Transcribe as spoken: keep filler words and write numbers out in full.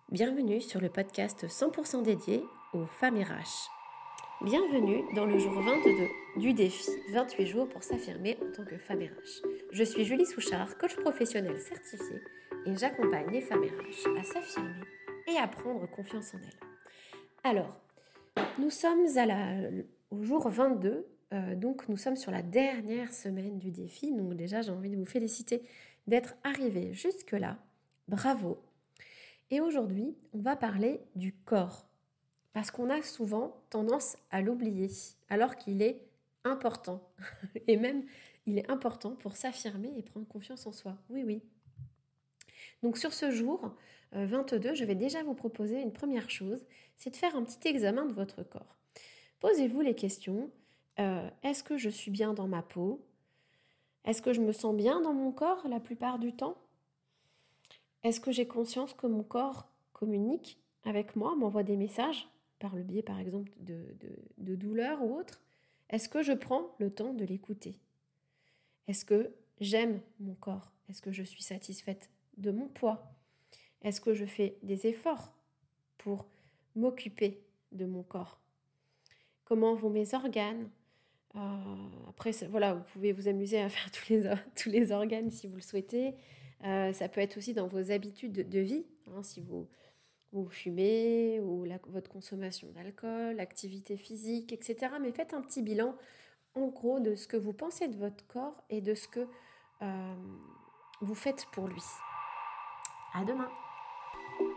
Bienvenue sur le podcast cent pour cent dédié aux femmes R H. Bienvenue dans le jour vingt-deux du défi vingt-huit jours pour s'affirmer en tant que femme R H. Je suis Julie Souchard, coach professionnel certifié et j'accompagne les femmes R H à s'affirmer et à prendre confiance en elles. Alors, nous sommes à la, au jour vingt-deux, euh, donc nous sommes sur la dernière semaine du défi. Donc déjà, j'ai envie de vous féliciter d'être arrivés jusque-là. Bravo! Et aujourd'hui, on va parler du corps, parce qu'on a souvent tendance à l'oublier, alors qu'il est important. Et même, il est important pour s'affirmer et prendre confiance en soi. Oui, oui. Donc sur ce jour euh, vingt-deux, je vais déjà vous proposer une première chose, c'est de faire un petit examen de votre corps. Posez-vous les questions, euh, est-ce que je suis bien dans ma peau ? Est-ce que je me sens bien dans mon corps la plupart du temps ? Est-ce que j'ai conscience que mon corps communique avec moi, m'envoie des messages, par le biais par exemple de, de, de douleur ou autre ? Est-ce que je prends le temps de l'écouter ? Est-ce que j'aime mon corps ? Est-ce que je suis satisfaite de mon poids ? Est-ce que je fais des efforts pour m'occuper de mon corps ? Comment vont mes organes ? euh, Après, voilà, vous pouvez vous amuser à faire tous les, tous les organes si vous le souhaitez. Euh, ça peut être aussi dans vos habitudes de, de vie, hein, si vous, vous fumez ou la, votre consommation d'alcool, l'activité physique, et cetera. Mais faites un petit bilan, en gros, de ce que vous pensez de votre corps et de ce que euh, vous faites pour lui. À demain.